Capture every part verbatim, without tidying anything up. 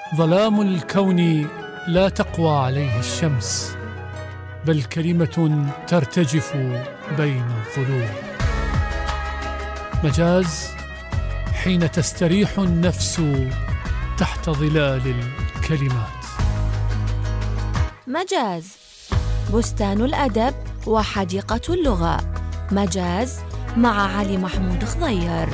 ظلام الكون لا تقوى عليه الشمس، بل كلمة ترتجف بين الظلوم. مجاز حين تستريح النفس تحت ظلال الكلمات. مجاز بستان الأدب وحديقة اللغة. مجاز مع علي محمود خضير.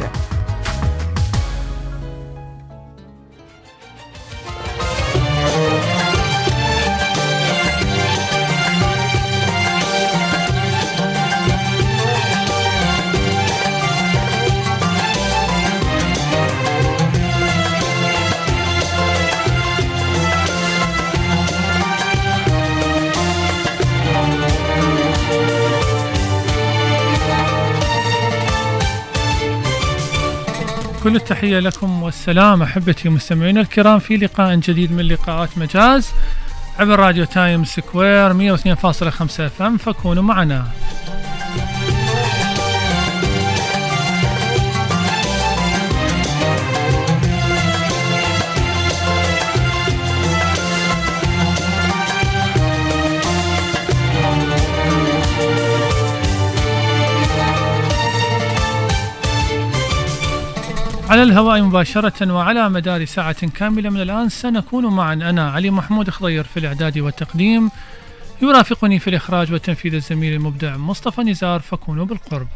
كل التحية لكم والسلام أحبتي مستمعين الكرام في لقاء جديد من لقاءات مجاز عبر راديو تايم سكوير مئة واثنين فاصلة خمسة اف ام، فكونوا معنا. على الهواء مباشرة وعلى مدار ساعة كاملة من الآن سنكون معا أنا علي محمود خضير في الإعداد والتقديم، يرافقني في الإخراج والتنفيذ الزميل المبدع مصطفى نزار، فكونوا بالقرب.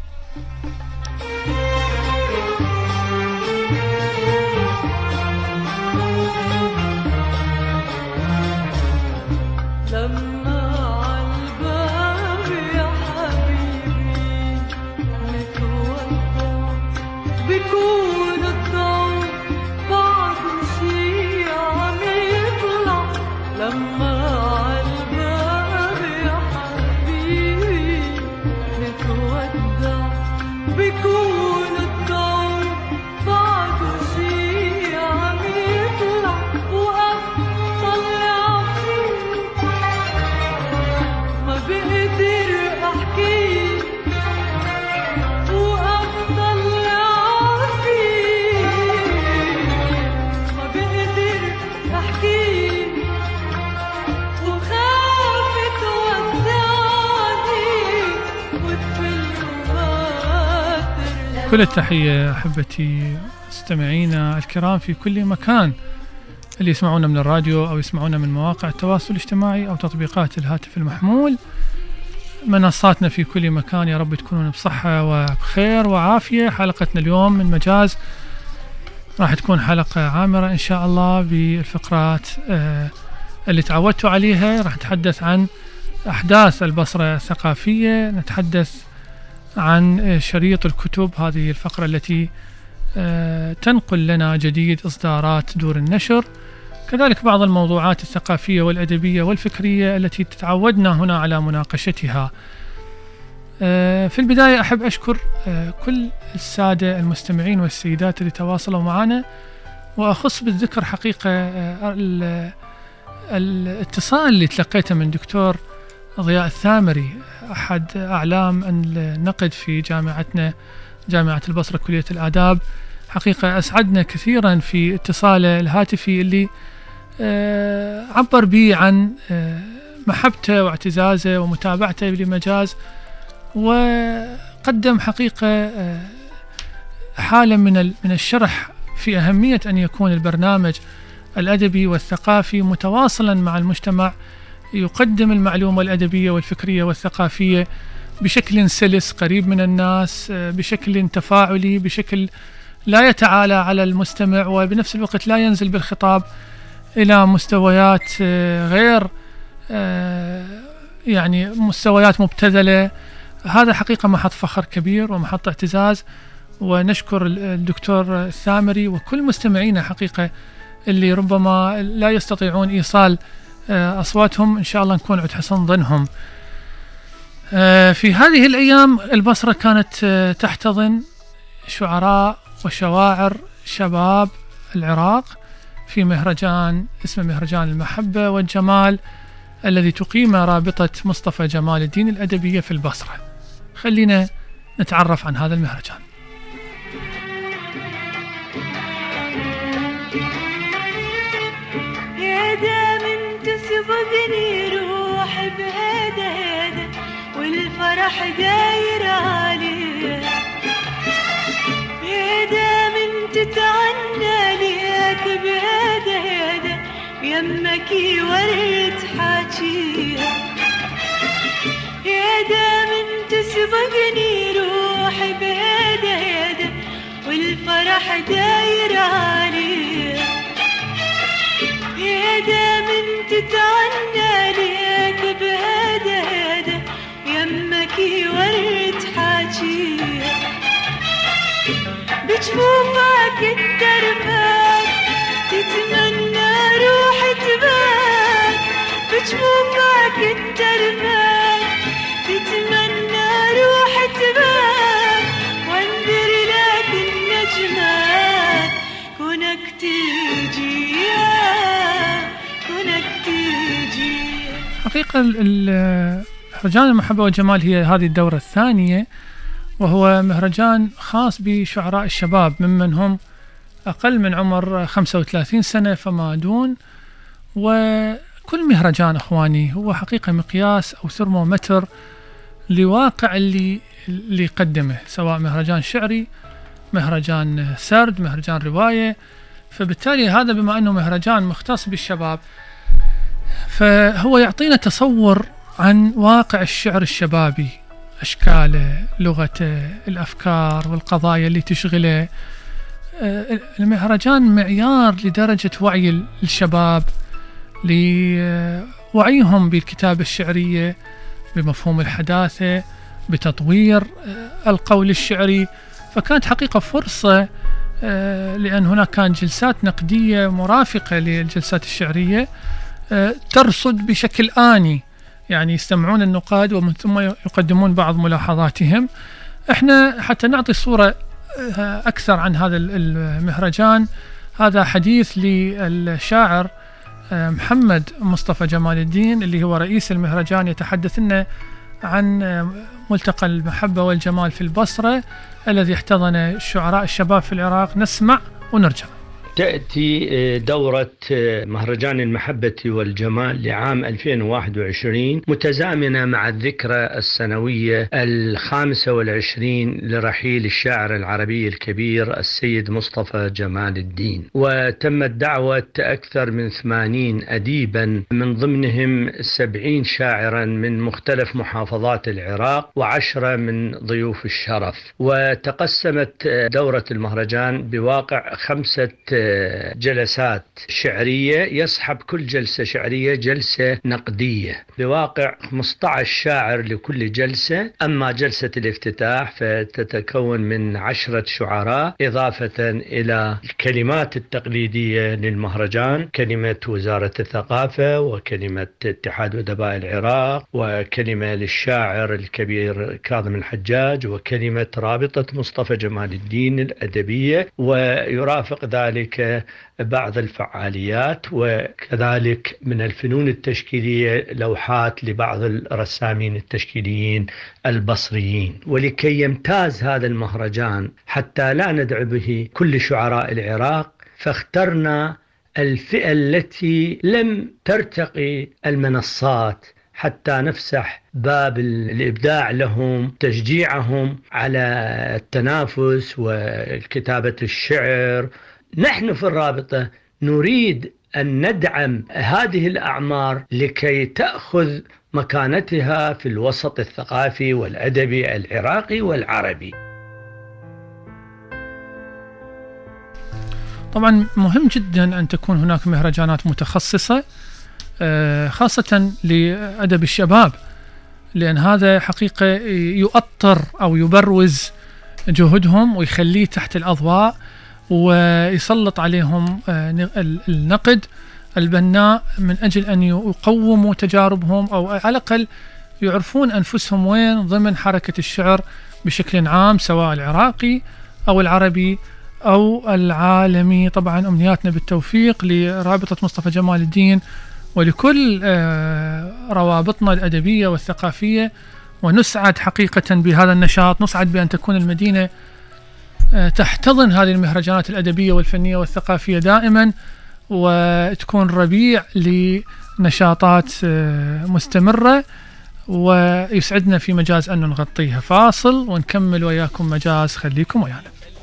كل التحية أحبتي مستمعينا الكرام في كل مكان، اللي يسمعونا من الراديو أو يسمعونا من مواقع التواصل الاجتماعي أو تطبيقات الهاتف المحمول، منصاتنا في كل مكان، يا رب تكونون بصحة وبخير وعافية. حلقتنا اليوم من مجاز راح تكون حلقة عامرة إن شاء الله بالفقرات اللي تعودتوا عليها. راح نتحدث عن أحداث البصرة الثقافية، نتحدث عن شريط الكتب، هذه الفقرة التي تنقل لنا جديد إصدارات دور النشر، كذلك بعض الموضوعات الثقافية والأدبية والفكرية التي تعودنا هنا على مناقشتها. في البداية أحب أشكر كل السادة المستمعين والسيدات اللي تواصلوا معنا، وأخص بالذكر حقيقة الاتصال اللي تلقيته من دكتور ضياء الثامري، أحد أعلام النقد في جامعتنا جامعة البصرة كلية الآداب. حقيقة أسعدنا كثيرا في اتصاله الهاتفي اللي عبر بي عن محبته واعتزازه ومتابعته لمجاز، وقدم حقيقة حالة من من الشرح في أهمية أن يكون البرنامج الأدبي والثقافي متواصلا مع المجتمع، يقدم المعلومة الأدبية والفكرية والثقافية بشكل سلس قريب من الناس، بشكل تفاعلي، بشكل لا يتعالى على المستمع، وبنفس الوقت لا ينزل بالخطاب إلى مستويات غير يعني مستويات مبتذلة. هذا حقيقة محط فخر كبير ومحط اعتزاز، ونشكر الدكتور الثامري وكل مستمعينا حقيقة اللي ربما لا يستطيعون إيصال أصواتهم، إن شاء الله نكون عند حسن ظنهم. في هذه الأيام البصرة كانت تحتضن شعراء وشواعر شباب العراق في مهرجان اسمه مهرجان المحبة والجمال الذي تقيم رابطة مصطفى جمال الدين الأدبية في البصرة. خلينا نتعرف عن هذا المهرجان. والفرح داير عليه، يا دايما تتعنى ليك بهذا هذا يمك ورد حاجيه، يا دايما تسبقني روحي بهذا هذا والفرح داير عليه، يا دايما تتعنى ليك بهذا هذا يمك ورد حاجيه، بجفوفك التربات تتمنى روحي تبات، بجفوفك التربات تتمنى روحي تبات، وانذر لك النجمات كونك تيجي كونك تيجي. حقيقة مهرجان المحبة والجمال هي هذه الدورة الثانية، وهو مهرجان خاص بشعراء الشباب ممن هم أقل من عمر خمسة وثلاثين سنة فما دون. وكل مهرجان أخواني هو حقيقة مقياس أو ثرمومتر لواقع اللي اللي يقدمه، سواء مهرجان شعري، مهرجان سرد، مهرجان رواية. فبالتالي هذا بما أنه مهرجان مختص بالشباب فهو يعطينا تصور عن واقع الشعر الشبابي، أشكاله، لغته، الأفكار والقضايا اللي تشغله. المهرجان معيار لدرجة وعي الشباب، لوعيهم بالكتابة الشعرية، بمفهوم الحداثة، بتطوير القول الشعري. فكانت حقيقة فرصة، لأن هناك كان جلسات نقدية مرافقة للجلسات الشعرية ترصد بشكل آني، يعني يستمعون النقاد ومن ثم يقدمون بعض ملاحظاتهم. احنا حتى نعطي صورة أكثر عن هذا المهرجان، هذا حديث للشاعر محمد مصطفى جمال الدين اللي هو رئيس المهرجان، يتحدث لنا عن ملتقى المحبة والجمال في البصرة الذي احتضن شعراء الشباب في العراق. نسمع ونرجع. تأتي دورة مهرجان المحبة والجمال لعام ألفين وواحد وعشرين متزامنة مع الذكرى السنوية الخامسة والعشرين لرحيل الشاعر العربي الكبير السيد مصطفى جمال الدين، وتمت دعوة أكثر من ثمانين أديبا من ضمنهم سبعين شاعرا من مختلف محافظات العراق وعشرة من ضيوف الشرف. وتقسمت دورة المهرجان بواقع خمسة جلسات شعرية، يصحب كل جلسة شعرية جلسة نقدية بواقع خمسة عشر شاعر لكل جلسة. أما جلسة الافتتاح فتتكون من عشرة شعراء إضافة إلى الكلمات التقليدية للمهرجان، كلمة وزارة الثقافة وكلمة اتحاد أدباء العراق وكلمة للشاعر الكبير كاظم الحجاج وكلمة رابطة مصطفى جمال الدين الأدبية، ويرافق ذلك بعض الفعاليات، وكذلك من الفنون التشكيلية لوحات لبعض الرسامين التشكيليين البصريين. ولكي يمتاز هذا المهرجان حتى لا ندعو به كل شعراء العراق، فاخترنا الفئة التي لم ترتقي المنصات حتى نفسح باب الإبداع لهم، تشجيعهم على التنافس وكتابة الشعر. نحن في الرابطة نريد أن ندعم هذه الأعمار لكي تأخذ مكانتها في الوسط الثقافي والأدبي العراقي والعربي. طبعا مهم جدا أن تكون هناك مهرجانات متخصصة خاصة لأدب الشباب، لأن هذا حقيقة يؤطر أو يبروز جهدهم ويخليه تحت الأضواء ويسلط عليهم النقد البناء من أجل أن يقوموا تجاربهم أو على الأقل يعرفون أنفسهم وين ضمن حركة الشعر بشكل عام، سواء العراقي أو العربي أو العالمي. طبعا أمنياتنا بالتوفيق لرابطة مصطفى جمال الدين ولكل روابطنا الأدبية والثقافية، ونسعد حقيقة بهذا النشاط، نسعد بأن تكون المدينة تحتضن هذه المهرجانات الأدبية والفنية والثقافية دائما، وتكون ربيع لنشاطات مستمرة ويسعدنا في مجاز أن نغطيها. فاصل ونكمل وياكم مجاز، خليكم ويانا.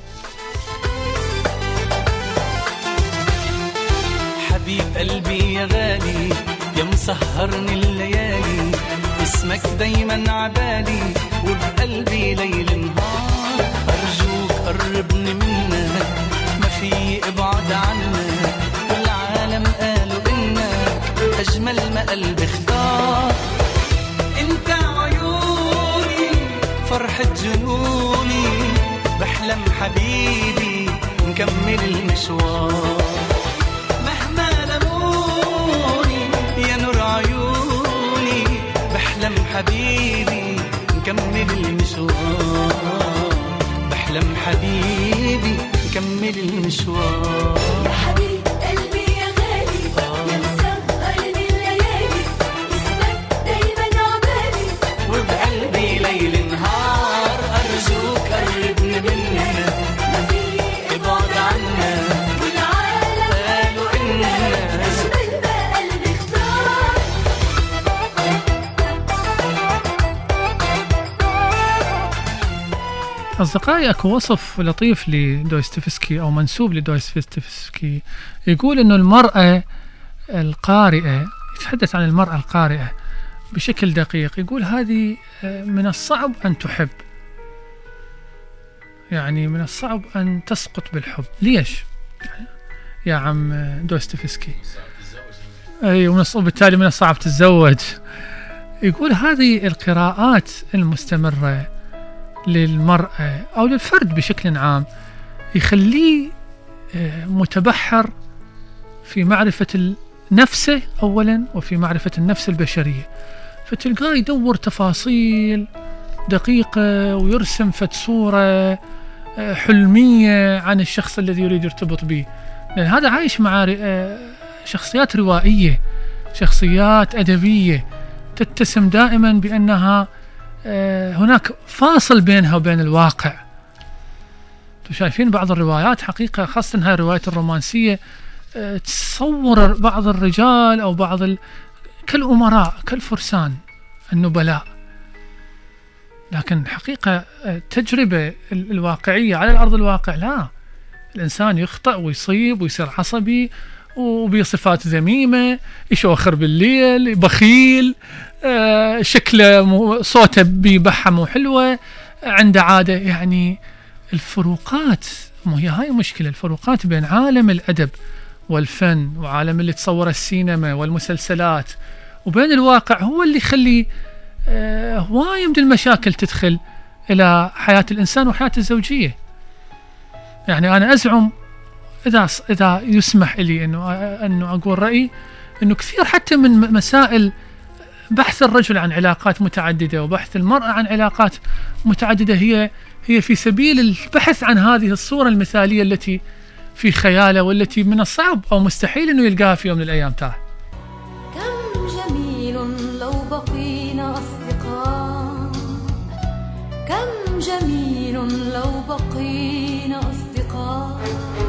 حبيب قلبي يا غالي يا مسهرني الليالي، اسمك دايما عبالي وبقلبي ليل نهار. أرجوك قربني منك ما في ابعد عنك، والعالم قالوا إنك أجمل ما قلبي اختار. انت عيوني فرحة جنوني، بحلم حبيبي نكمل المشوار. مهما لموني يا نور عيوني، بحلم حبيبي نكمل المشوار. بحلم حبيبي نكمل المشوار. يا حبيب قلبي يا غالي يا مسهرني الليالي، اسمك دايما عبالي وبقلبي ليل نهار. أرجوك قربني منك ما في ابعد عنا، والعالم قالوا إنك أجمل ما قلبي اختار. أصدقائي، أكو وصف لطيف لدوستويفسكي أو منسوب لدوستويفسكي، يقول إنه المرأة القارئة، يتحدث عن المرأة القارئة بشكل دقيق، يقول هذه من الصعب أن تحب، يعني من الصعب أن تسقط بالحب. ليش يا عم دوستويفسكي؟ أي وبالتالي من الصعب تتزوج. يقول هذه القراءات المستمرة للمرأة أو للفرد بشكل عام يخليه متبحر في معرفة نفسه أولا، وفي معرفة النفس البشرية. فتلقاه يدور تفاصيل دقيقة ويرسم فت صورة حلمية عن الشخص الذي يريد يرتبط به، لأن هذا عايش مع شخصيات روائية، شخصيات أدبية تتسم دائما بأنها هناك فاصل بينها وبين الواقع. شايفين بعض الروايات حقيقة، خاصة هاي الروايات الرومانسية، تصور بعض الرجال أو بعض ال... كالأمراء كالفرسان النبلاء، لكن حقيقة التجربة الواقعية على الأرض الواقع لا، الإنسان يخطئ ويصيب ويصير عصبي وبصفات ذميمة، يشوخر بالليل، بخيل، آه شكله صوته بيبحة مو حلوة، عنده عادة. يعني الفروقات، مو هي هاي مشكلة، الفروقات بين عالم الأدب والفن وعالم اللي تصور السينما والمسلسلات وبين الواقع هو اللي يخلي آه هواية من المشاكل تدخل إلى حياة الإنسان وحياة الزوجية. يعني أنا أزعم إذا إذا يسمح لي إنه إنه أقول رأيي، إنه كثير حتى من مسائل بحث الرجل عن علاقات متعددة وبحث المرأة عن علاقات متعددة هي هي في سبيل البحث عن هذه الصورة المثالية التي في خياله، والتي من الصعب أو مستحيل إنه يلقاها في يوم من الأيام. تاه كم جميل لو بقينا أصدقاء، كم جميل لو بقينا أصدقاء،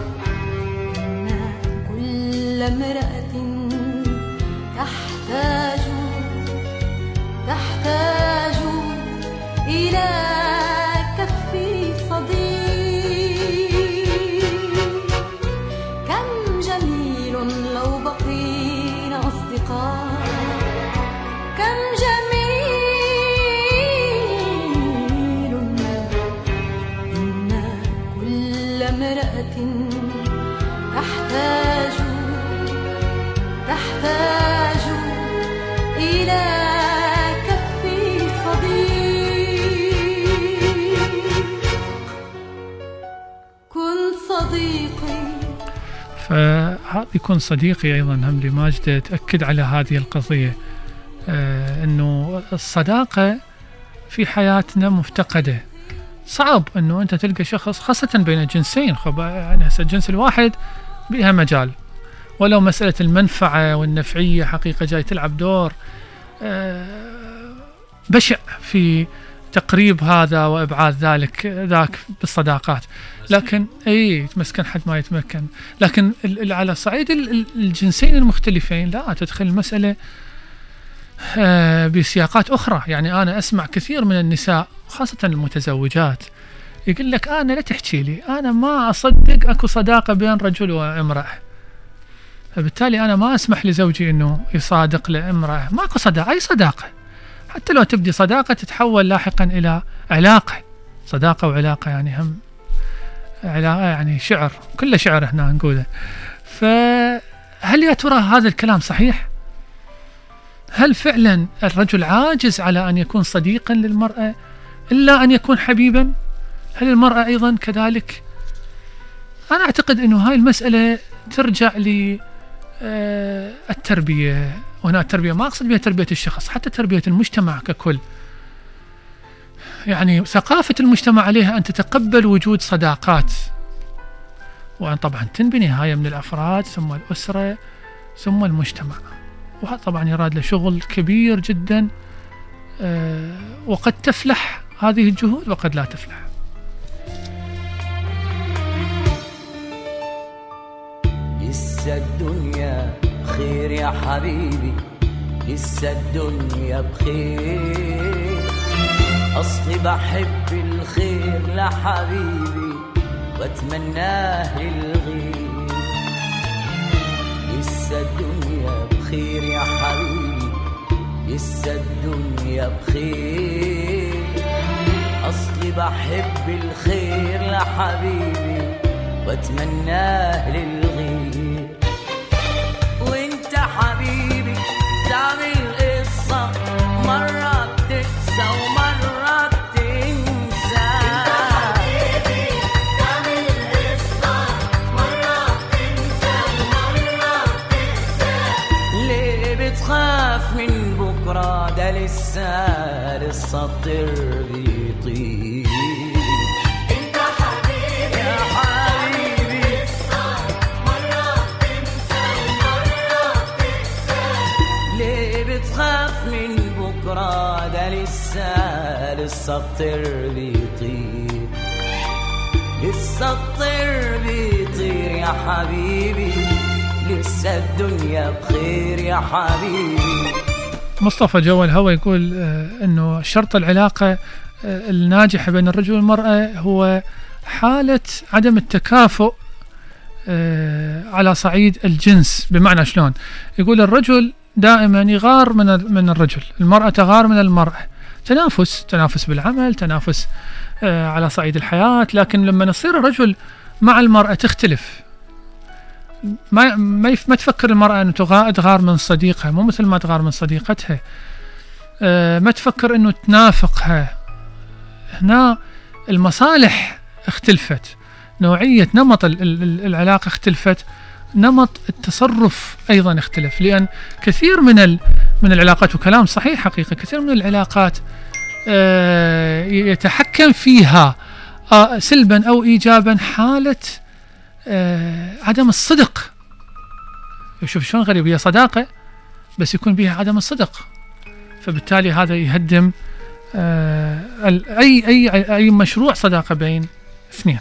إن كل امرأة تحتاج تحتاج إلى كف صديق. كم جميل لو بقينا أصدقاء، كم جميل إن كل امرأة تحتاج تحتاج إلى كف صديق. كن صديقي. فهذا يكون صديقي أيضا هم لماجدة تأكد على هذه القضية، آه أنه الصداقة في حياتنا مفتقدة. صعب أنه أنت تلقى شخص خاصة بين الجنسين، خب يعني هسه الجنس الواحد بها مجال، ولو مسألة المنفعة والنفعية حقيقة جاي تلعب دور آه بشع في تقريب هذا وإبعاد ذلك ذاك بالصداقات. لكن أي يتمسكن حد ما يتمكن. لكن على صعيد الجنسين المختلفين لا، تدخل المسألة آه بسياقات أخرى. يعني أنا أسمع كثير من النساء خاصة المتزوجات يقول لك أنا لا تحكي لي، أنا ما أصدق أكو صداقة بين رجل وامرأة، فبالتالي أنا ما أسمح لزوجي أنه يصادق لامرأة. ماكو صداقة، أي صداقة حتى لو تبدي صداقة تتحول لاحقا إلى علاقة. صداقة وعلاقة يعني هم علاقة، يعني شعر، كل شعر هنا نقوله. فهل يا ترى هذا الكلام صحيح؟ هل فعلا الرجل عاجز على أن يكون صديقا للمرأة إلا أن يكون حبيبا؟ هل المرأة أيضا كذلك؟ أنا أعتقد أنه هاي المسألة ترجع للتربية. وهنا التربية ما أقصد بها تربية الشخص، حتى تربية المجتمع ككل. يعني ثقافة المجتمع عليها أن تتقبل وجود صداقات، وأن طبعا تنبني هاي من الأفراد ثم الأسرة ثم المجتمع. وهذا طبعا يراد له شغل كبير جدا، أه وقد تفلح هذه الجهود وقد لا تفلح. لسه الدنيا بخير يا حبيبي، لسه الدنيا بخير، أصلي بحب الخير لحبيبي واتمناه للغير. لسه الدنيا بخير يا حبيبي، لسه الدنيا بخير، أصلي بحب الخير لحبيبي واتمناه للغير. وانت حبيبي تعمل قصة، مرة بتنسى ومرة بتنسى. انت حبيبي تعمل قصة، مرة بتنسى ومرة بتنسى. ليه بتخاف من بكرة؟ ده لسه لسه الطير بيطير. انت حبيبي يا حبيبي مرة بتنسى ومرة بتنسى. ليه بتخاف من بكرة؟ ده لسه لسه الطير بيطير، لسه الطير بيطير يا حبيبي، لسه الدنيا بخير يا حبيبي. مصطفى جو الهوى يقول آه أنه شرط العلاقة آه الناجحة بين الرجل والمرأة هو حالة عدم التكافؤ آه على صعيد الجنس. بمعنى شلون؟ يقول الرجل دائما يغار من من الرجل، المرأة تغار من المرأة، تنافس تنافس بالعمل، تنافس آه على صعيد الحياة. لكن لما نصير الرجل مع المرأة تختلف، ما ما ما تفكر المرأة أن تغار من صديقها، مو مثل ما تغار من صديقتها. أه ما تفكر أنه تنافقها. هنا المصالح اختلفت، نوعية نمط العلاقة اختلفت، نمط التصرف أيضا اختلف. لأن كثير من من العلاقات، وكلام صحيح حقيقة، كثير من العلاقات أه يتحكم فيها أه سلبا أو إيجابا حالة آه عدم الصدق. شوف شلون غريب، هي صداقة بس يكون بها عدم الصدق، فبالتالي هذا يهدم آه أي أي أي مشروع صداقة بين اثنين.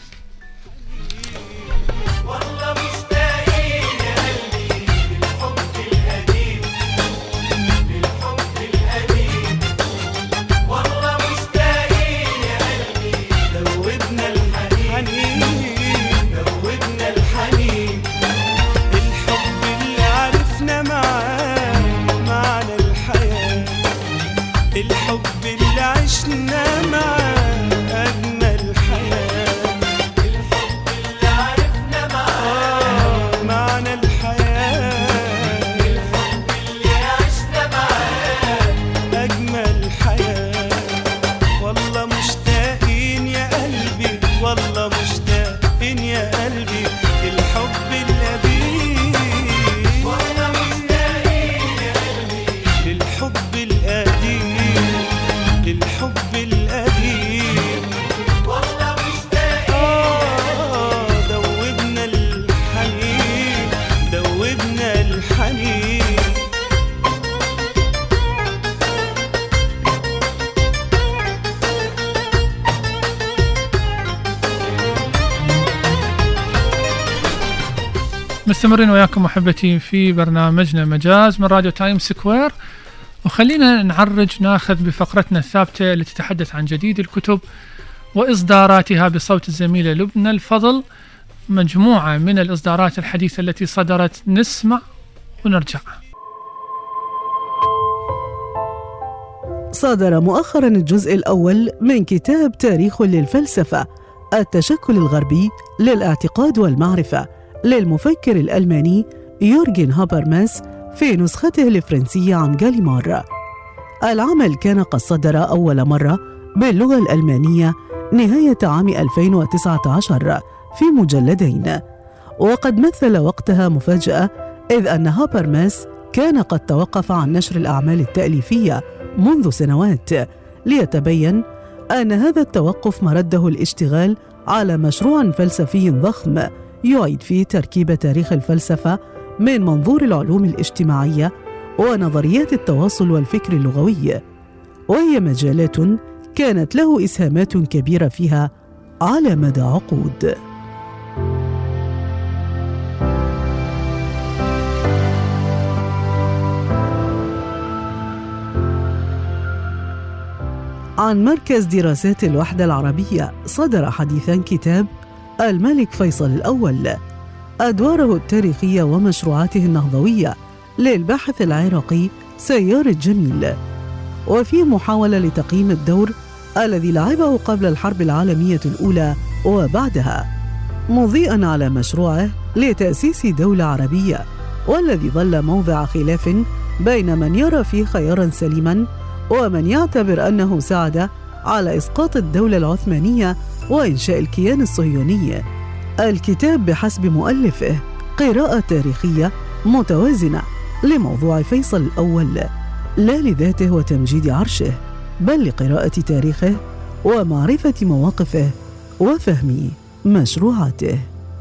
والله مشتاقين يا قلبي للحب القديم، للحب القديم. والله مشتاقين يا قلبي، ذوبنا الحنين، ذوبنا الحنين. الحب اللي عرفنا معاه معنى الحياة، الحب اللي عشنا معاه أجمل حياة، الحب اللي عرفنا معاه معنى الحياة، الحب اللي عشنا معاه أجمل حياة. والله مشتاقين يا قلبي، والله مشتاقين يا قلبي للحب القديم. والله مشتاقين يا قلبي للحب القديم، للحب القديم. والله مشتاقين آه دوبنا الحنين، دوبنا الحنين. مستمرين وياكم محبتي في برنامجنا مجاز من راديو تايم سكوير، وخلينا نعرج ناخذ بفقرتنا الثابتة اللي تتحدث عن جديد الكتب وإصداراتها بصوت الزميلة لبنى الفضل، مجموعة من الإصدارات الحديثة التي صدرت، نسمع ونرجع. صدر مؤخرا الجزء الأول من كتاب تاريخ للفلسفة، التشكل الغربي للاعتقاد والمعرفة، للمفكر الألماني يورجن هابرماس في نسخته الفرنسية عن جاليمار. العمل كان قد صدر أول مرة باللغة الألمانية نهاية عام ألفين وتسعة عشر في مجلدين، وقد مثل وقتها مفاجأة، إذ أن هابرماس كان قد توقف عن نشر الأعمال التأليفية منذ سنوات، ليتبين أن هذا التوقف مرده الاشتغال على مشروع فلسفي ضخم يعيد فيه تركيب تاريخ الفلسفة من منظور العلوم الاجتماعية ونظريات التواصل والفكر اللغوي، وهي مجالات كانت له إسهامات كبيرة فيها على مدى عقود. عن مركز دراسات الوحدة العربية صدر حديثاً كتاب الملك فيصل الأول، أدواره التاريخية ومشروعاته النهضوية، للباحث العراقي سيار الجميل، وفيه محاولة لتقييم الدور الذي لعبه قبل الحرب العالمية الأولى وبعدها، مضيئاً على مشروعه لتأسيس دولة عربية، والذي ظل موضع خلاف بين من يرى فيه خياراً سليماً ومن يعتبر أنه ساعد على إسقاط الدولة العثمانية وإنشاء الكيان الصهيوني. الكتاب بحسب مؤلفه قراءة تاريخية متوازنة لموضوع فيصل الأول، لا لذاته وتمجيد عرشه، بل لقراءة تاريخه ومعرفة مواقفه وفهم مشروعاته.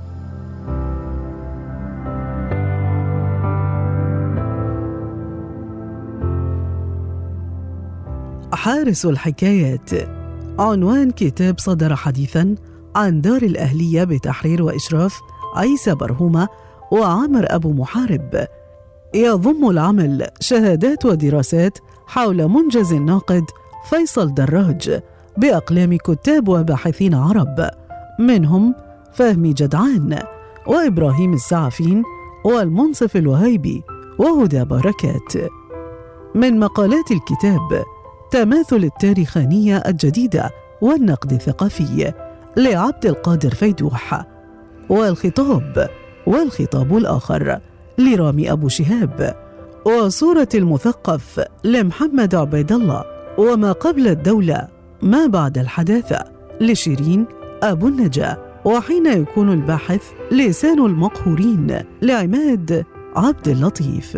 حارس الحكايات، عنوان كتاب صدر حديثاً عن دار الأهلية بتحرير وإشراف عيسى برهومة وعامر أبو محارب. يضم العمل شهادات ودراسات حول منجز الناقد فيصل دراج بأقلام كتاب وباحثين عرب، منهم فهمي جدعان وإبراهيم السعفين والمنصف الوهيبي وهدى بركات. من مقالات الكتاب تماثل التاريخانية الجديدة والنقد الثقافي لعبد القادر فيدوح، والخطاب والخطاب الآخر لرامي أبو شهاب، وصورة المثقف لمحمد عبيد الله، وما قبل الدولة ما بعد الحداثة لشيرين أبو النجا، وحين يكون الباحث لسان المقهورين لعماد عبد اللطيف.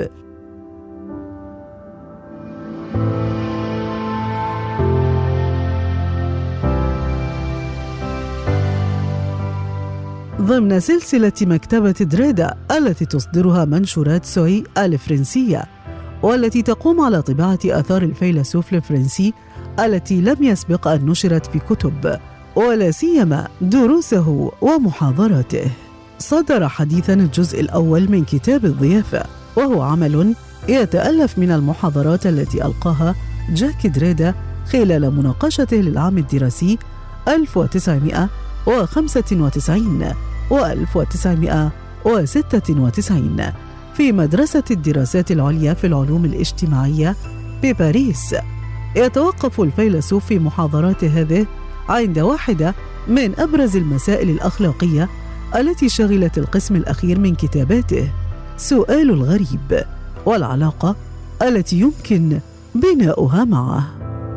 ضمن سلسلة مكتبة دريدا التي تصدرها منشورات سوي الفرنسية، والتي تقوم على طباعة آثار الفيلسوف الفرنسي التي لم يسبق أن نشرت في كتب، ولا سيما دروسه ومحاضراته. صدر حديثاً الجزء الأول من كتاب الضيافة، وهو عمل يتألف من المحاضرات التي ألقاها جاك دريدا خلال مناقشته للعام الدراسي ألف وتسعمائة وخمسة وتسعين وألف وتسعمائة وستة وتسعين في مدرسة الدراسات العليا في العلوم الاجتماعية بباريس. يتوقف الفيلسوف في محاضراته هذه عند واحدة من أبرز المسائل الأخلاقية التي شغلت القسم الأخير من كتاباته، سؤال الغريب والعلاقة التي يمكن بناؤها معه.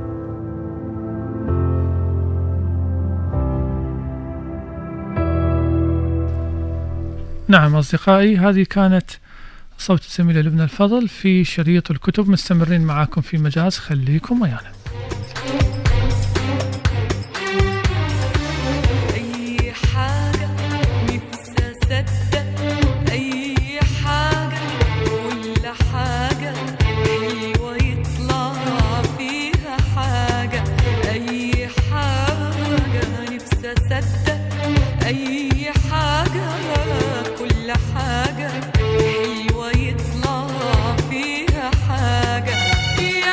نعم أصدقائي، هذه كانت صوت الزميلة لبنى الفضل في شريط الكتب. مستمرين معاكم في مجاز، خليكم ويانا. أي حاجة نفسي أصدق، أي حاجة كل حاجة حلوة يطلع فيها حاجة، أي حاجة نفسي أصدق، أي حاجة كل حاجة حلوة يطلع فيها حاجة، يا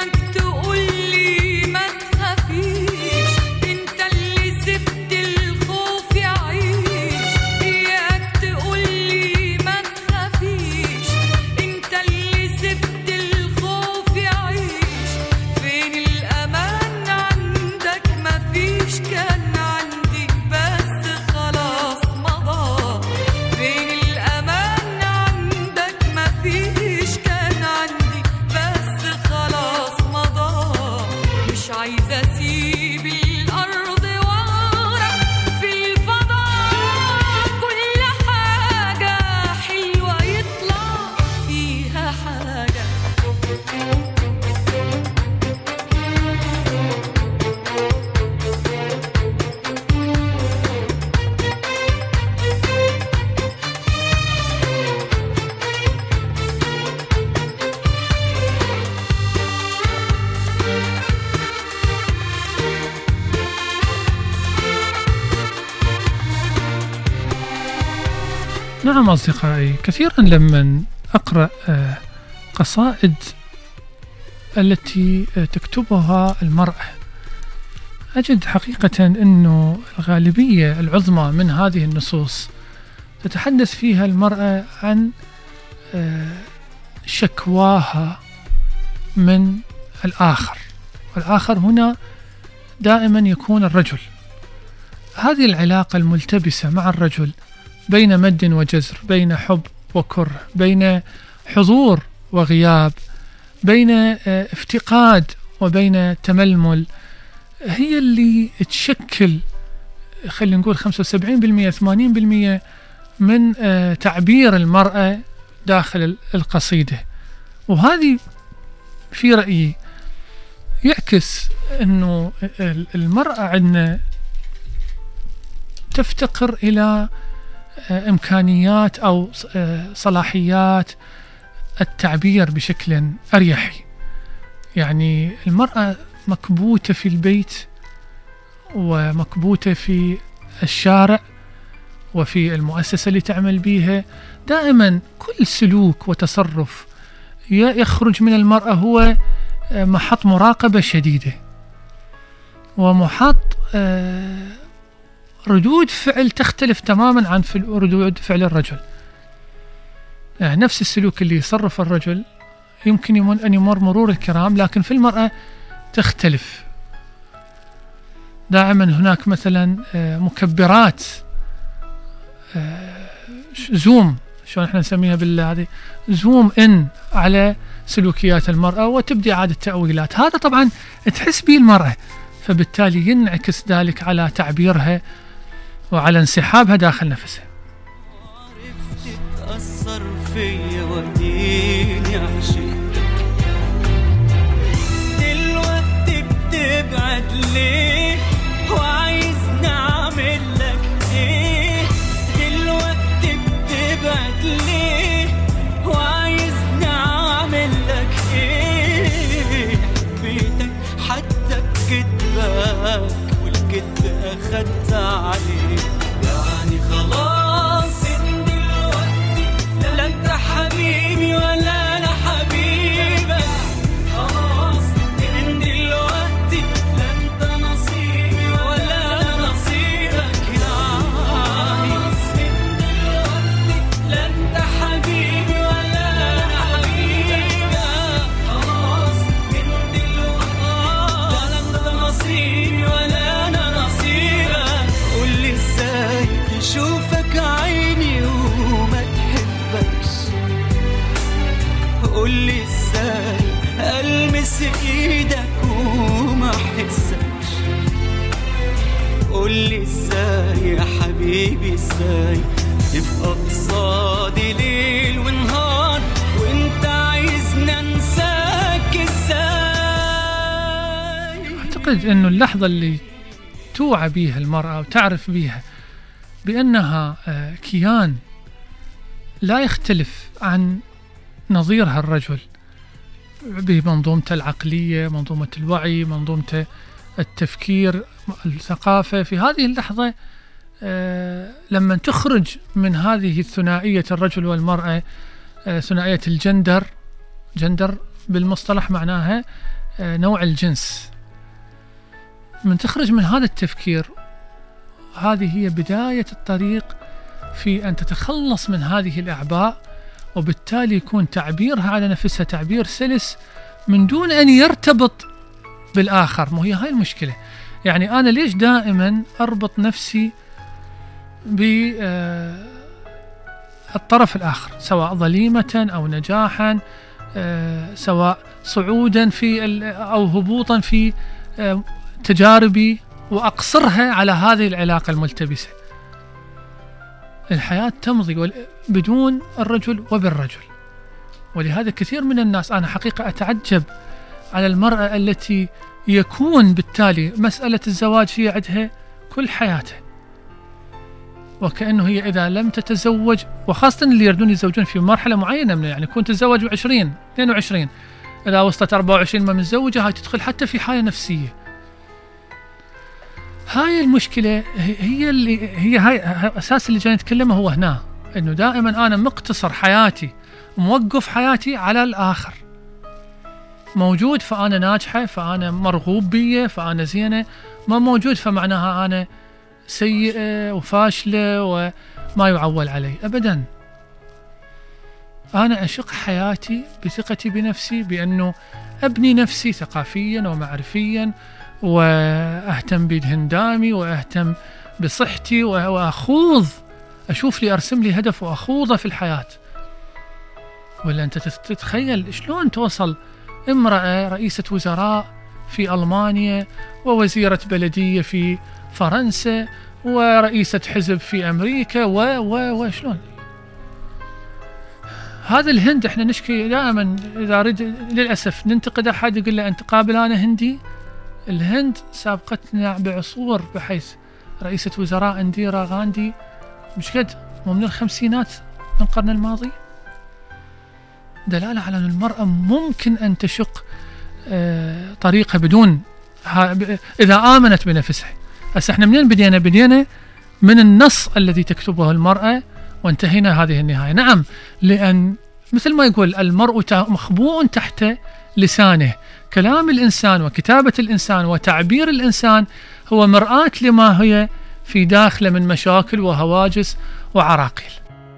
نعم أصدقائي، كثيرا لما أقرأ قصائد التي تكتبها المرأة أجد حقيقة أنه الغالبية العظمى من هذه النصوص تتحدث فيها المرأة عن شكواها من الآخر، والآخر هنا دائما يكون الرجل. هذه العلاقة الملتبسة مع الرجل بين مد وجزر، بين حب وكره، بين حضور وغياب، بين افتقاد وبين تململ، هي اللي تشكل خلينا نقول خمسة وسبعين بالمئة ثمانين بالمئة من تعبير المرأة داخل القصيدة. وهذه في رأيي يعكس أنه المرأة عندنا تفتقر إلى إمكانيات أو صلاحيات التعبير بشكل أريحي. يعني المرأة مكبوتة في البيت ومكبوتة في الشارع وفي المؤسسة اللي تعمل بيها، دائما كل سلوك وتصرف يخرج من المرأة هو محط مراقبة شديدة ومحط ردود فعل تختلف تماما عن ردود فعل الرجل. يعني نفس السلوك اللي يصرف الرجل يمكن أن يمر مرور الكرام، لكن في المرأة تختلف. دائما هناك مثلا مكبرات زوم، شلون احنا نسميها بالله، زوم ان على سلوكيات المرأة وتبدي عادة تأويلات. هذا طبعا تحس به المرأة، فبالتالي ينعكس ذلك على تعبيرها وعلى انسحابها داخل نفسها. عرفت تأثر فيا وديني عشقتك، دلوقتي بتبعد ليه وعايزني اعمل لك ايه؟ دلوقتي بتبعد ليه وعايزني اعمل لك ايه؟ بيتك حتى بكدبك والكدب اخدت عليه، يعني خلاص من دلوقتي لا انت حبيبي ولا انا حبيبك، خلاص من دلوقتي لا انت نصيبي ولا انا نصيبك، يعني من دلوقتي لا انت حبيبي ولا انا حبيبك، خلاص من دلوقتي لا انت نصيبي ولا انا نصيبك. قولي ازاي تشوفك عيني وما تحبكش، قولي ازاي ألمس ايدك وما احسكش، قولي ازاي يا حبيبي ازاي تبقى قصادي ليل ونهار وانت عايزني انساك ازاي. أعتقد أنه اللحظة اللي توعى بيها المرأة وتعرف بيها بأنها كيان لا يختلف عن نظيرها الرجل بمنظومته العقلية، منظومة الوعي، منظومة التفكير، الثقافة، في هذه اللحظة لما تخرج من هذه الثنائية الرجل والمرأة، ثنائية الجندر، جندر بالمصطلح معناها نوع الجنس، من تخرج من هذا التفكير، هذه هي بداية الطريق في أن تتخلص من هذه الأعباء، وبالتالي يكون تعبيرها على نفسها تعبير سلس من دون أن يرتبط بالآخر. مو هي هاي المشكلة. يعني أنا ليش دائما أربط نفسي بالطرف الآخر، سواء ظليمة أو نجاحا، سواء صعودا في أو هبوطا في تجاربي، وأقصرها على هذه العلاقة الملتبسة. الحياة تمضي بدون الرجل وبالرجل. ولهذا كثير من الناس، أنا حقيقة أتعجب على المرأة التي يكون بالتالي مسألة الزواج هي عندها كل حياتها، وكأنه هي إذا لم تتزوج، وخاصة اللي يردون يتزوجون في مرحلة معينة من، يعني كنت تتزوج بعشرين اثنين وعشرين، إذا وصلت أربعة وعشرين ما متزوجة، هاي تدخل حتى في حالة نفسية. هاي المشكلة هي اللي هي هاي أساس اللي جاي نتكلمه هو هنا. أنه دائما أنا مقتصر حياتي، موقف حياتي على الآخر، موجود فأنا ناجحة، فأنا مرغوب بي، فأنا زينة، ما موجود فمعناها أنا سيئة وفاشلة وما يعول علي. أبدا، أنا أشق حياتي بثقتي بنفسي، بأنه أبني نفسي ثقافيا ومعرفيا، وأهتم بدهندامي، وأهتم بصحتي، وأخوض، أشوف لي أرسم لي هدف وأخوضه في الحياة. ولا أنت تتخيل شلون توصل امرأة رئيسة وزراء في ألمانيا، ووزيرة بلدية في فرنسا، ورئيسة حزب في أمريكا، و و وشلون هذا الهند. احنا نشكي دائما إذا رد للأسف ننتقد أحد يقول له أنت قابل أنا هندي. الهند سابقتنا بعصور، بحيث رئيسة وزراء انديرا غاندي مش قد مو من الخمسينات من القرن الماضي. دلالة على أن المرأة ممكن أن تشق آه طريقة بدون إذا آمنت بنفسها. هسه احنا منين بدينا؟ بدينا من النص الذي تكتبه المرأة وانتهينا هذه النهاية. نعم، لأن مثل ما يقول المرء مخبوء تحت لسانه. كلام الإنسان وكتابة الإنسان وتعبير الإنسان هو مرآة لما هي في داخله من مشاكل وهواجس وعراقيل.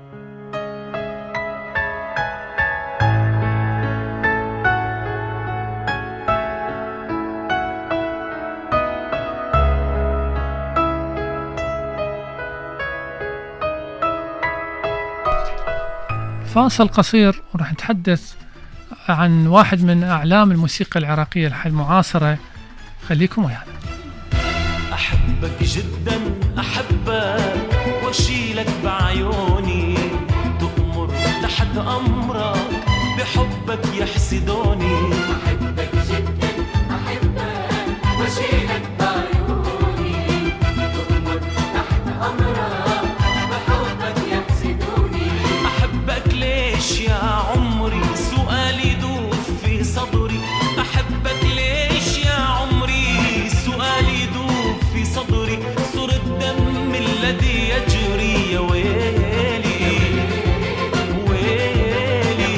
فاصل قصير وراح نتحدث عن واحد من أعلام الموسيقى العراقية المعاصرة. خليكم ويانا. أحبك جدا أحبك واشيلك بعيوني، تأمر تحت أمرك بحبك يحسدوني. أحبك جدا أحبك واشيلك بعيوني، تأمر تحت أمرك بحبك يحسدوني. أحبك ليش يا عمري سؤالي يدوب في صدري. أحبك ليش يا عمري سؤالي يدوب في صدري. صور الدم الذي يجري يا ويلي ويلي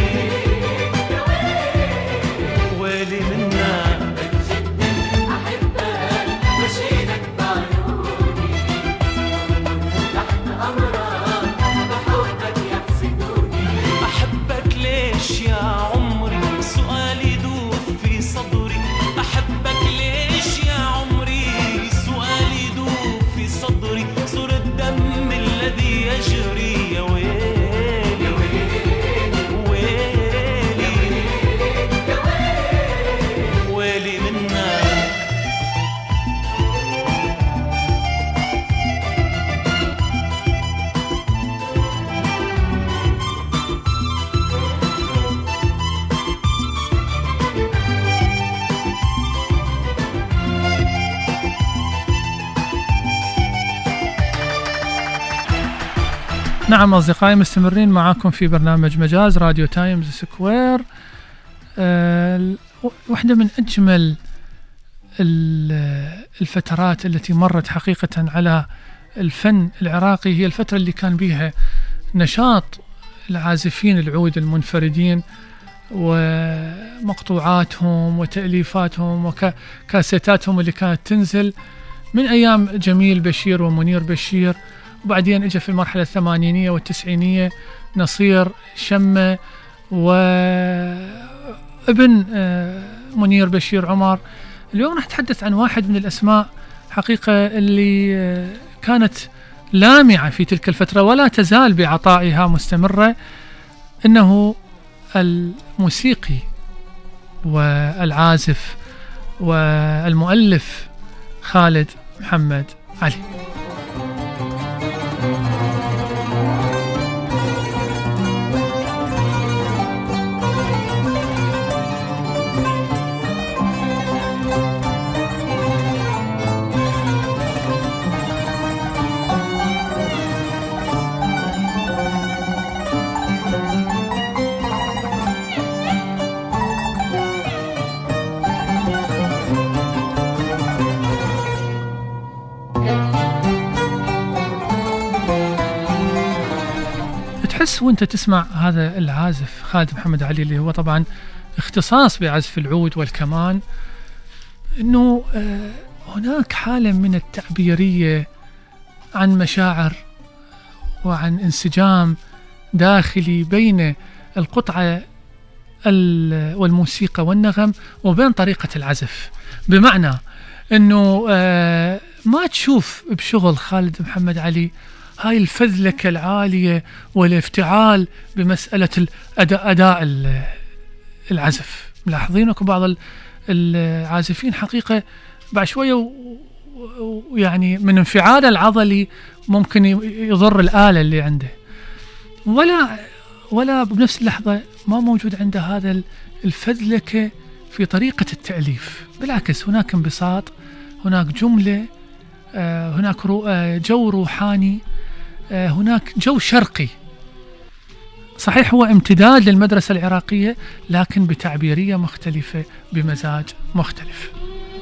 ويلي منك. أحبك واشيلك بعيوني، تحت أمرك بحبك يحسدوني. أحبك ليش يا عمري سؤالي يدوب في صدري. أحبك ليش يا عمري سؤالي يدوب في صدري. صور الدم الذي يجري يا ويلي ويلي ويلي منك. نعم أصدقائي، مستمرين معاكم في برنامج مجاز راديو تايمز سكوير. أه واحدة من أجمل الفترات التي مرت حقيقة على الفن العراقي هي الفترة اللي كان بيها نشاط العازفين العود المنفردين ومقطوعاتهم وتأليفاتهم وكاسيتاتهم اللي كانت تنزل من أيام جميل بشير ومنير بشير. وبعدين اجى في المرحلة الثمانينية والتسعينية نصير شمة وابن منير بشير عمر. اليوم راح نتحدث عن واحد من الأسماء حقيقة اللي كانت لامعة في تلك الفترة ولا تزال بعطائها مستمرة. إنه الموسيقي والعازف والمؤلف خالد محمد علي. بس وانت تسمع هذا العازف خالد محمد علي اللي هو طبعا اختصاص بعزف العود والكمان، انه آه هناك حالة من التعبيرية عن مشاعر وعن انسجام داخلي بين القطعة والموسيقى والنغم وبين طريقة العزف، بمعنى انه آه ما تشوف بشغل خالد محمد علي هاي الفذلكة العالية والافتعال بمسألة الأداء أداء العزف. ملاحظين اكو بعض العازفين حقيقة بعد شوية ويعني من انفعال العضلي ممكن يضر الآلة اللي عنده، ولا ولا بنفس اللحظة ما موجود عنده هذا الفذلكة في طريقة التأليف. بالعكس هناك انبساط، هناك جملة، آه هناك رو آه جو روحاني، آه هناك جو شرقي. صحيح هو امتداد للمدرسة العراقية لكن بتعبيرية مختلفة بمزاج مختلف.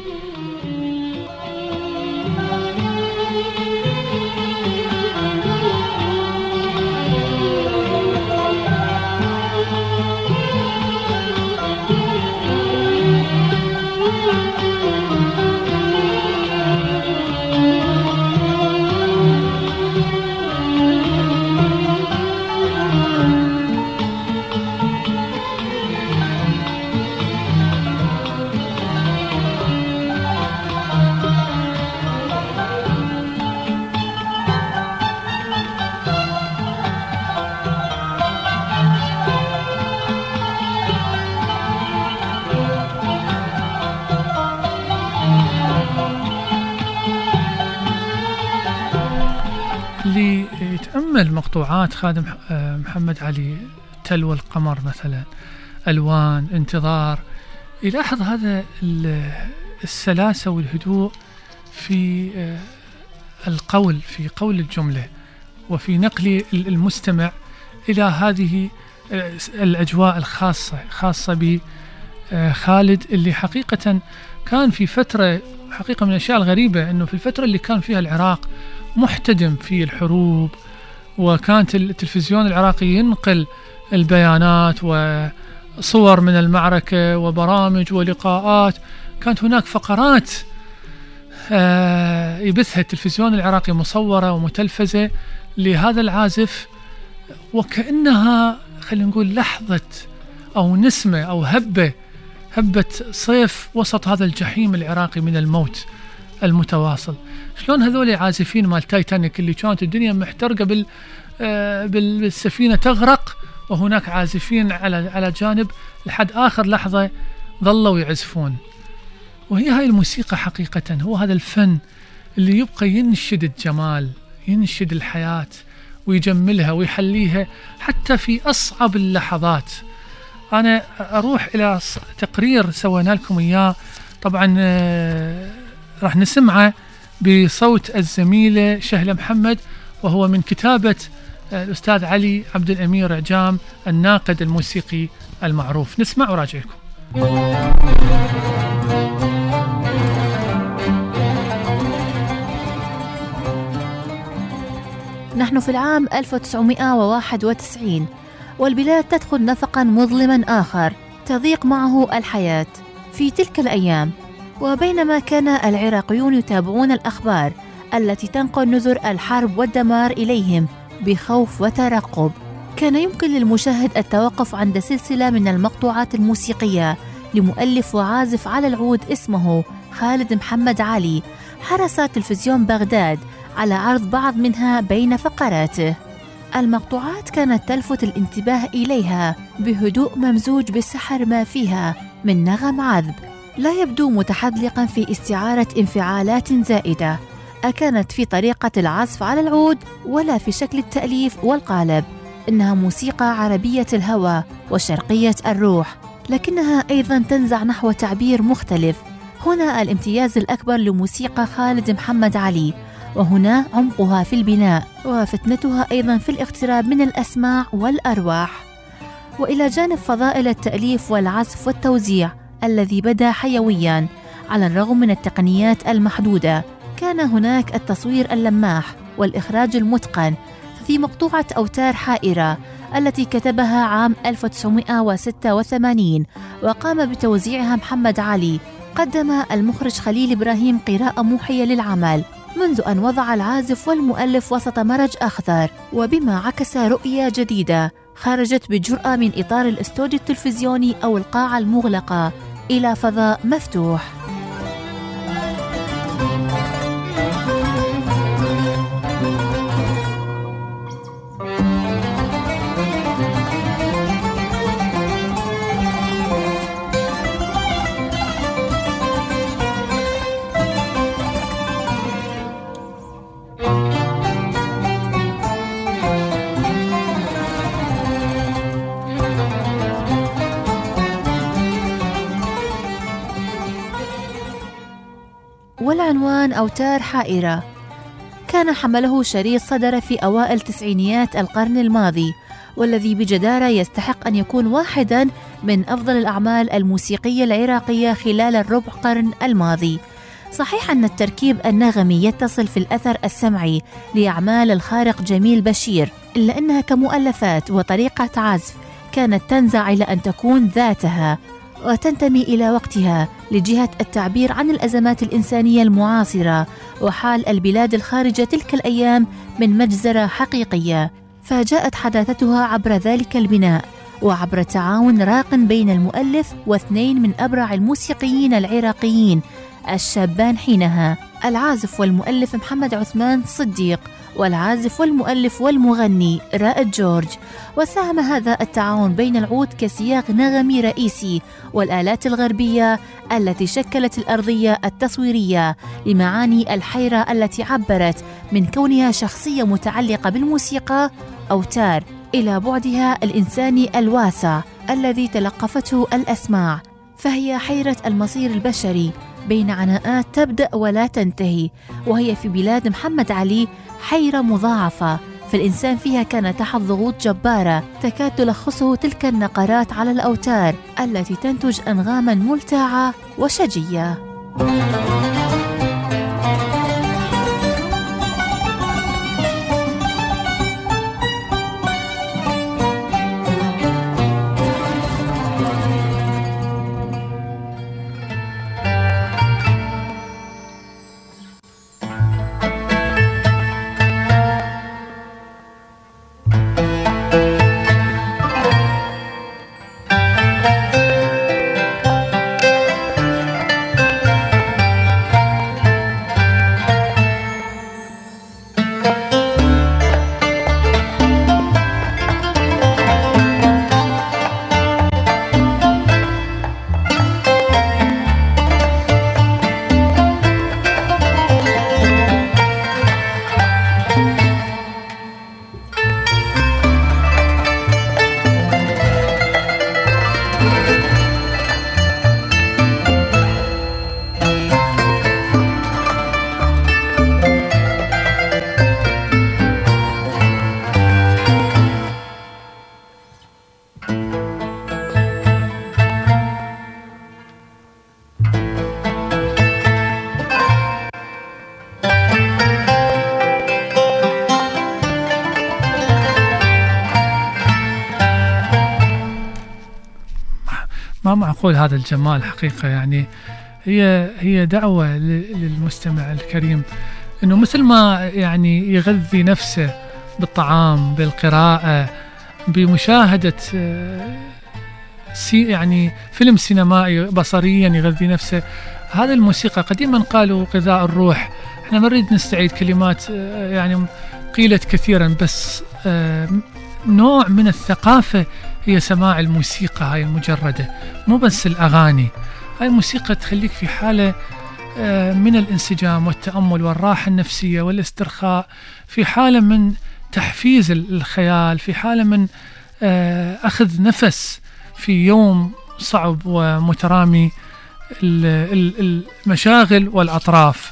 اللي يتأمل مقطوعات خادم محمد علي، تلو القمر مثلا، ألوان، انتظار، يلاحظ هذا السلاسة والهدوء في القول، في قول الجملة، وفي نقل المستمع إلى هذه الأجواء الخاصة خاصة بخالد، اللي حقيقة كان في فترة، حقيقة من الأشياء الغريبة أنه في الفترة اللي كان فيها العراق محتدم في الحروب، وكانت التلفزيون العراقي ينقل البيانات وصور من المعركة وبرامج ولقاءات، كانت هناك فقرات يبثها التلفزيون العراقي مصورة ومتلفزة لهذا العازف، وكأنها خلينا نقول لحظة أو نسمة أو هبة هبة صيف وسط هذا الجحيم العراقي من الموت المتواصل. شلون هذول عازفين مال تايتانيك اللي كانت الدنيا محترقة بال بالسفينة تغرق، وهناك عازفين على على جانب لحد آخر لحظة ظلوا يعزفون. وهي هاي الموسيقى حقيقة، هو هذا الفن اللي يبقى ينشد الجمال، ينشد الحياة ويجملها ويحليها حتى في أصعب اللحظات. أنا أروح إلى تقرير سوينا لكم إياه، طبعا راح نسمعه بصوت الزميلة شهلة محمد، وهو من كتابة الأستاذ علي عبد الأمير عجام الناقد الموسيقي المعروف. نسمع وراجعكم. نحن في العام ألف وتسعمائة وواحد وتسعين، والبلاد تدخل نفقا مظلما آخر تضيق معه الحياة. في تلك الأيام، وبينما كان العراقيون يتابعون الأخبار التي تنقل نذر الحرب والدمار إليهم بخوف وترقب، كان يمكن للمشاهد التوقف عند سلسلة من المقطوعات الموسيقية لمؤلف وعازف على العود اسمه خالد محمد علي. حرص تلفزيون بغداد على عرض بعض منها بين فقراته. المقطوعات كانت تلفت الانتباه إليها بهدوء ممزوج بالسحر ما فيها من نغم عذب، لا يبدو متحدلقا في استعارة انفعالات زائدة أكانت في طريقة العزف على العود ولا في شكل التأليف والقالب. إنها موسيقى عربية الهوى وشرقية الروح، لكنها أيضا تنزع نحو تعبير مختلف. هنا الامتياز الأكبر لموسيقى خالد محمد علي، وهنا عمقها في البناء وفتنتها أيضا في الاقتراب من الأسماع والأرواح. وإلى جانب فضائل التأليف والعزف والتوزيع الذي بدا حيويا على الرغم من التقنيات المحدودة، كان هناك التصوير اللماح والإخراج المتقن. في مقطوعة أوتار حائرة التي كتبها عام ألف وتسعمائة وستة وثمانين وقام بتوزيعها محمد علي. قدم المخرج خليل إبراهيم قراءة موحية للعمل منذ أن وضع العازف والمؤلف وسط مرج أخضر، وبما عكس رؤية جديدة خرجت بجرأة من إطار الاستوديو التلفزيوني أو القاعة المغلقة إلى فضاء مفتوح. والعنوان أوتار حائرة كان حمله شريط صدر في أوائل تسعينيات القرن الماضي، والذي بجدارة يستحق أن يكون واحداً من أفضل الأعمال الموسيقية العراقية خلال الربع قرن الماضي. صحيح أن التركيب النغمي يتصل في الأثر السمعي لأعمال الخارق جميل بشير، إلا أنها كمؤلفات وطريقة عزف كانت تنزع إلى أن تكون ذاتها وتنتمي إلى وقتها لجهة التعبير عن الأزمات الإنسانية المعاصرة وحال البلاد الخارجة تلك الأيام من مجزرة حقيقية. فجاءت حداثتها عبر ذلك البناء وعبر تعاون راق بين المؤلف واثنين من أبرع الموسيقيين العراقيين الشابان حينها، العازف والمؤلف محمد عثمان صديق والعازف والمؤلف والمغني رائد جورج. وساهم هذا التعاون بين العود كسياق نغمي رئيسي والآلات الغربية التي شكلت الأرضية التصويرية لمعاني الحيرة التي عبرت من كونها شخصية متعلقة بالموسيقى أوتار إلى بعدها الإنساني الواسع الذي تلقفته الأسماع، فهي حيرة المصير البشري بين عناءات تبدأ ولا تنتهي، وهي في بلاد محمد علي حيرة مضاعفة، فالإنسان فيها كان تحت ضغوط جبارة تكاد تلخصه تلك النقرات على الأوتار التي تنتج أنغاما ملتعة وشجية. ما معقول هذا الجمال حقيقة. يعني هي هي دعوة للمستمع الكريم إنه مثل ما يعني يغذي نفسه بالطعام، بالقراءة، بمشاهدة سي يعني فيلم سينمائي بصريا يغذي نفسه، هذا الموسيقى قديما قالوا غذاء الروح. احنا نريد نستعيد كلمات يعني قيلت كثيرا، بس نوع من الثقافة هي سماع الموسيقى هاي المجردة، مو بس الأغاني. هاي الموسيقى تخليك في حالة من الانسجام والتأمل والراحة النفسية والاسترخاء، في حالة من تحفيز الخيال، في حالة من أخذ نفس في يوم صعب ومترامي المشاغل والأطراف.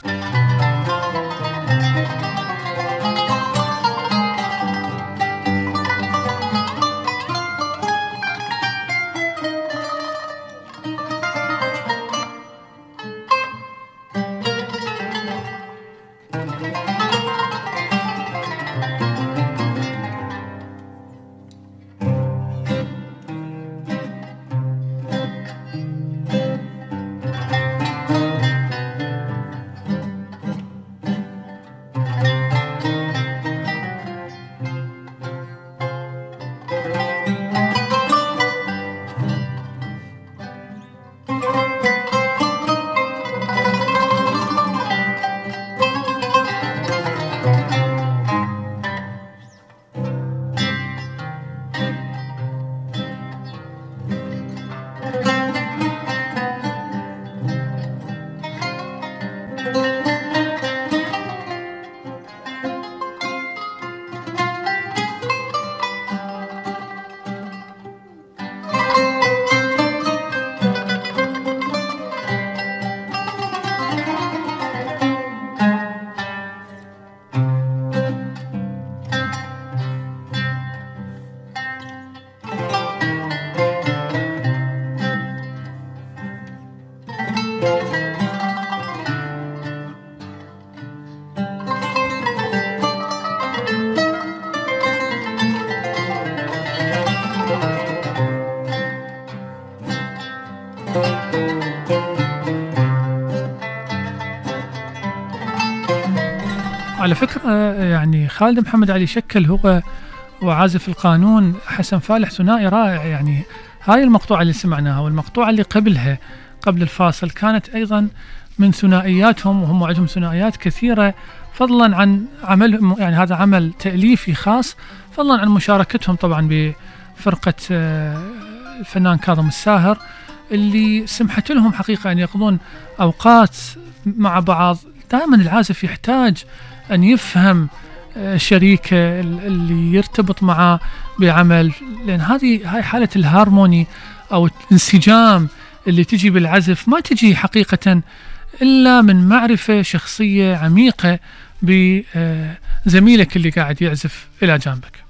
على فكرة يعني خالد محمد علي شكل هو وعازف القانون حسن فالح ثنائي رائع. يعني هاي المقطوعة اللي سمعناها والمقطوعة اللي قبلها قبل الفاصل كانت أيضا من ثنائياتهم، وهم عندهم ثنائيات كثيرة فضلا عن عمل، يعني هذا عمل تأليفي خاص فضلا عن مشاركتهم طبعا بفرقة الفنان كاظم الساهر اللي سمحت لهم حقيقة أن يقضون أوقات مع بعض. دائما العازف يحتاج أن يفهم شريكه اللي يرتبط معه بعمل، لأن هذه هاي حالة الهارموني أو الانسجام اللي تجي بالعزف ما تجي حقيقة إلا من معرفة شخصية عميقة بزميلك اللي قاعد يعزف إلى جانبك.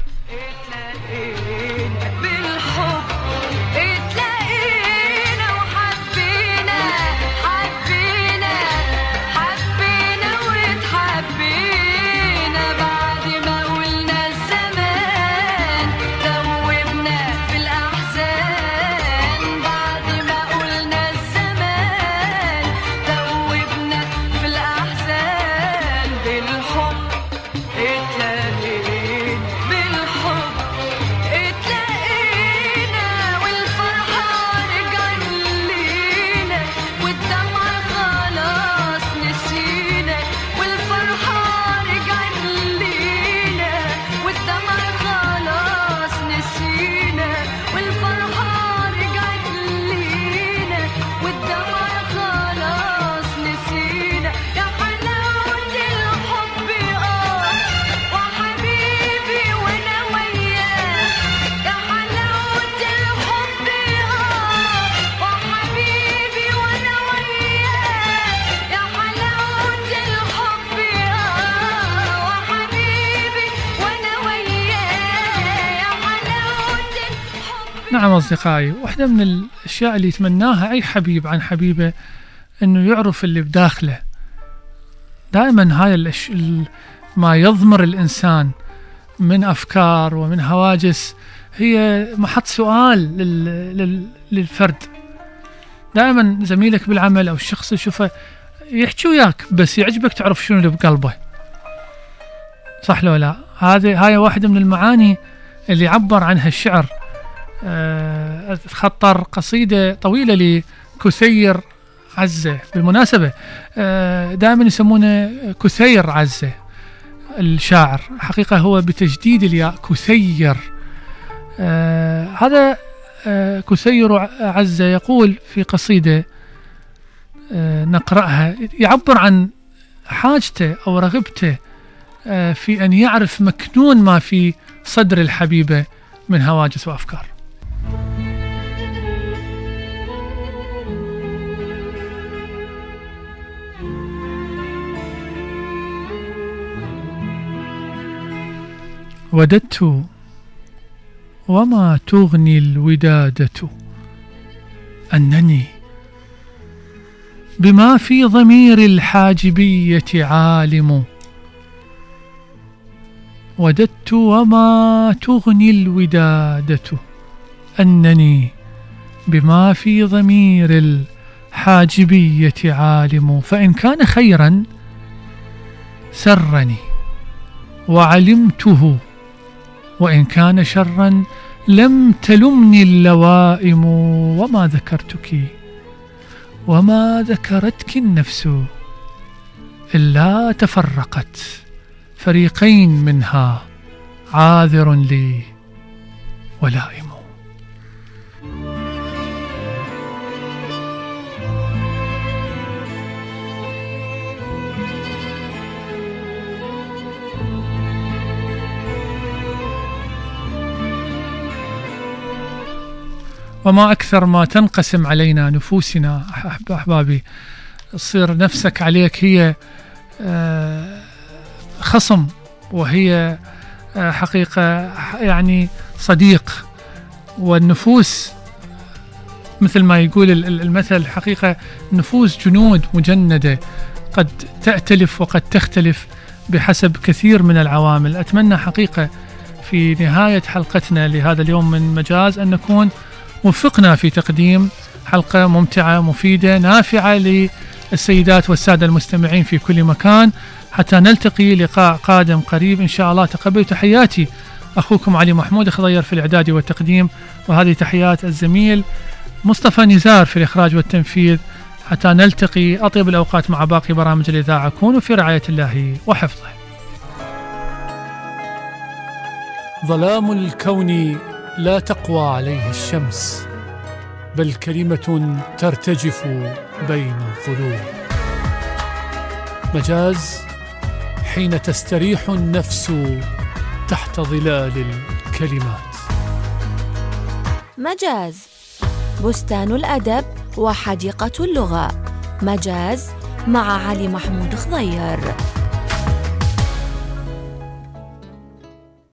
نعم أصدقائي، واحدة من الأشياء اللي يتمناها أي حبيب عن حبيبه أنه يعرف اللي بداخله. دائما هاي الأش... ما يضمر الإنسان من أفكار ومن هواجس هي محط سؤال لل... لل... للفرد. دائما زميلك بالعمل أو الشخص اللي شوفه يحكي وياك بس يعجبك تعرف شنو اللي بقلبه، صح لو لا؟ هذه هاي واحدة من المعاني اللي عبر عنها الشعر. أه خطر قصيدة طويلة لكثير عزة بالمناسبة. أه دائما يسمونه كثير عزة الشاعر، حقيقة هو بتجديد الياء كثير. أه هذا أه كثير عزة يقول في قصيدة أه نقرأها، يعبر عن حاجته أو رغبته أه في أن يعرف مكنون ما في صدر الحبيبة من هواجس وأفكار. وددت وما تغني الودادة أنني بما في ضمير الحاجبية عالم. وددت وما تغني الودادة أنني بما في ضمير الحاجبية عالم. فإن كان خيرا سرني وعلمته، وإن كان شرا لم تلمني اللوائم. وما ذكرتك وما ذكرتك النفس إلا تفرقت، فريقين منها عاذر لي ولائم. وما أكثر ما تنقسم علينا نفوسنا أحبابي، تصير نفسك عليك هي خصم، وهي حقيقة يعني صديق. والنفوس مثل ما يقول المثل حقيقة نفوس جنود مجندة، قد تأتلف وقد تختلف بحسب كثير من العوامل. أتمنى حقيقة في نهاية حلقتنا لهذا اليوم من مجاز أن نكون وفقنا في تقديم حلقة ممتعة مفيدة نافعة السيدات والسادة المستمعين في كل مكان، حتى نلتقي لقاء قادم قريب إن شاء الله. تقبلوا تحياتي أخوكم علي محمود خضير في الإعداد والتقديم، وهذه تحيات الزميل مصطفى نزار في الإخراج والتنفيذ. حتى نلتقي، أطيب الأوقات مع باقي برامج الإذاعة. كونوا في رعاية الله وحفظه. ظلام الكون لا تقوى عليه الشمس، بل كلمة ترتجف بين الظلوم. مجاز حين تستريح النفس تحت ظلال الكلمات. مجاز، بستان الأدب وحديقة اللغة. مجاز مع علي محمود خضير.